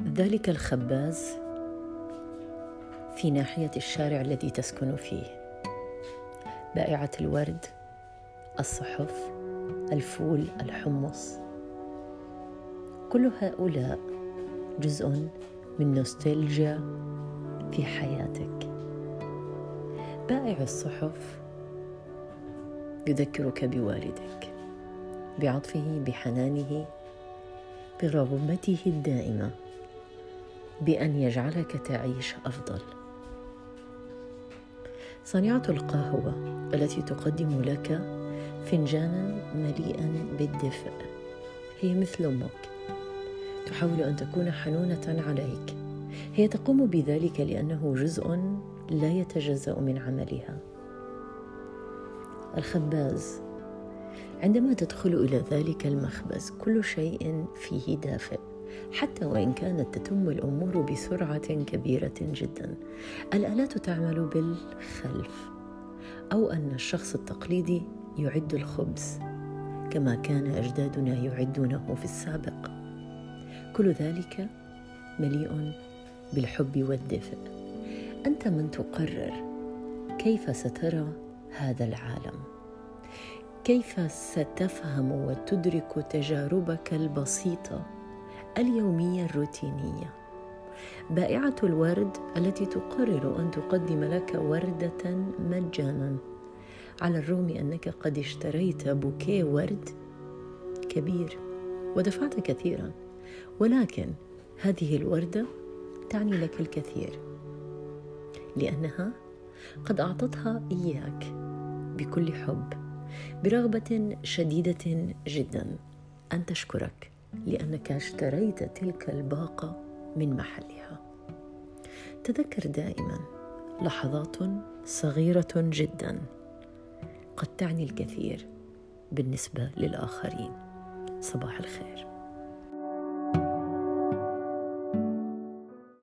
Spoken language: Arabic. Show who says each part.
Speaker 1: ذلك الخباز في ناحية الشارع الذي تسكن فيه، بائعة الورد، الصحف، الفول، الحمص، كل هؤلاء جزء من نوستالجيا في حياتك. بائع الصحف يذكرك بوالدك، بعطفه، بحنانه، برغبته الدائمة بأن يجعلك تعيش أفضل. صانعة القهوة التي تقدم لك فنجانا مليئا بالدفء هي مثل أمك، تحاول أن تكون حنونة عليك. هي تقوم بذلك لأنه جزء لا يتجزأ من عملها. الخباز عندما تدخل إلى ذلك المخبز كل شيء فيه دافئ، حتى وإن كانت تتم الأمور بسرعة كبيرة جدا. الآلات تعمل بالخلف، أو أن الشخص التقليدي يعد الخبز كما كان أجدادنا يعدونه في السابق. كل ذلك مليء بالحب والدفء. أنت من تقرر كيف سترى هذا العالم، كيف ستفهم وتدرك تجاربك البسيطة اليومية الروتينية. بائعة الورد التي تقرر أن تقدم لك وردة مجانا، على الرغم أنك قد اشتريت بوكيه ورد كبير ودفعت كثيرا، ولكن هذه الوردة تعني لك الكثير، لأنها قد أعطتها إياك بكل حب، برغبة شديدة جدا أن تشكرك لأنك اشتريت تلك الباقة من محلها. تذكر دائما لحظات صغيرة جدا قد تعني الكثير بالنسبة للآخرين. صباح الخير.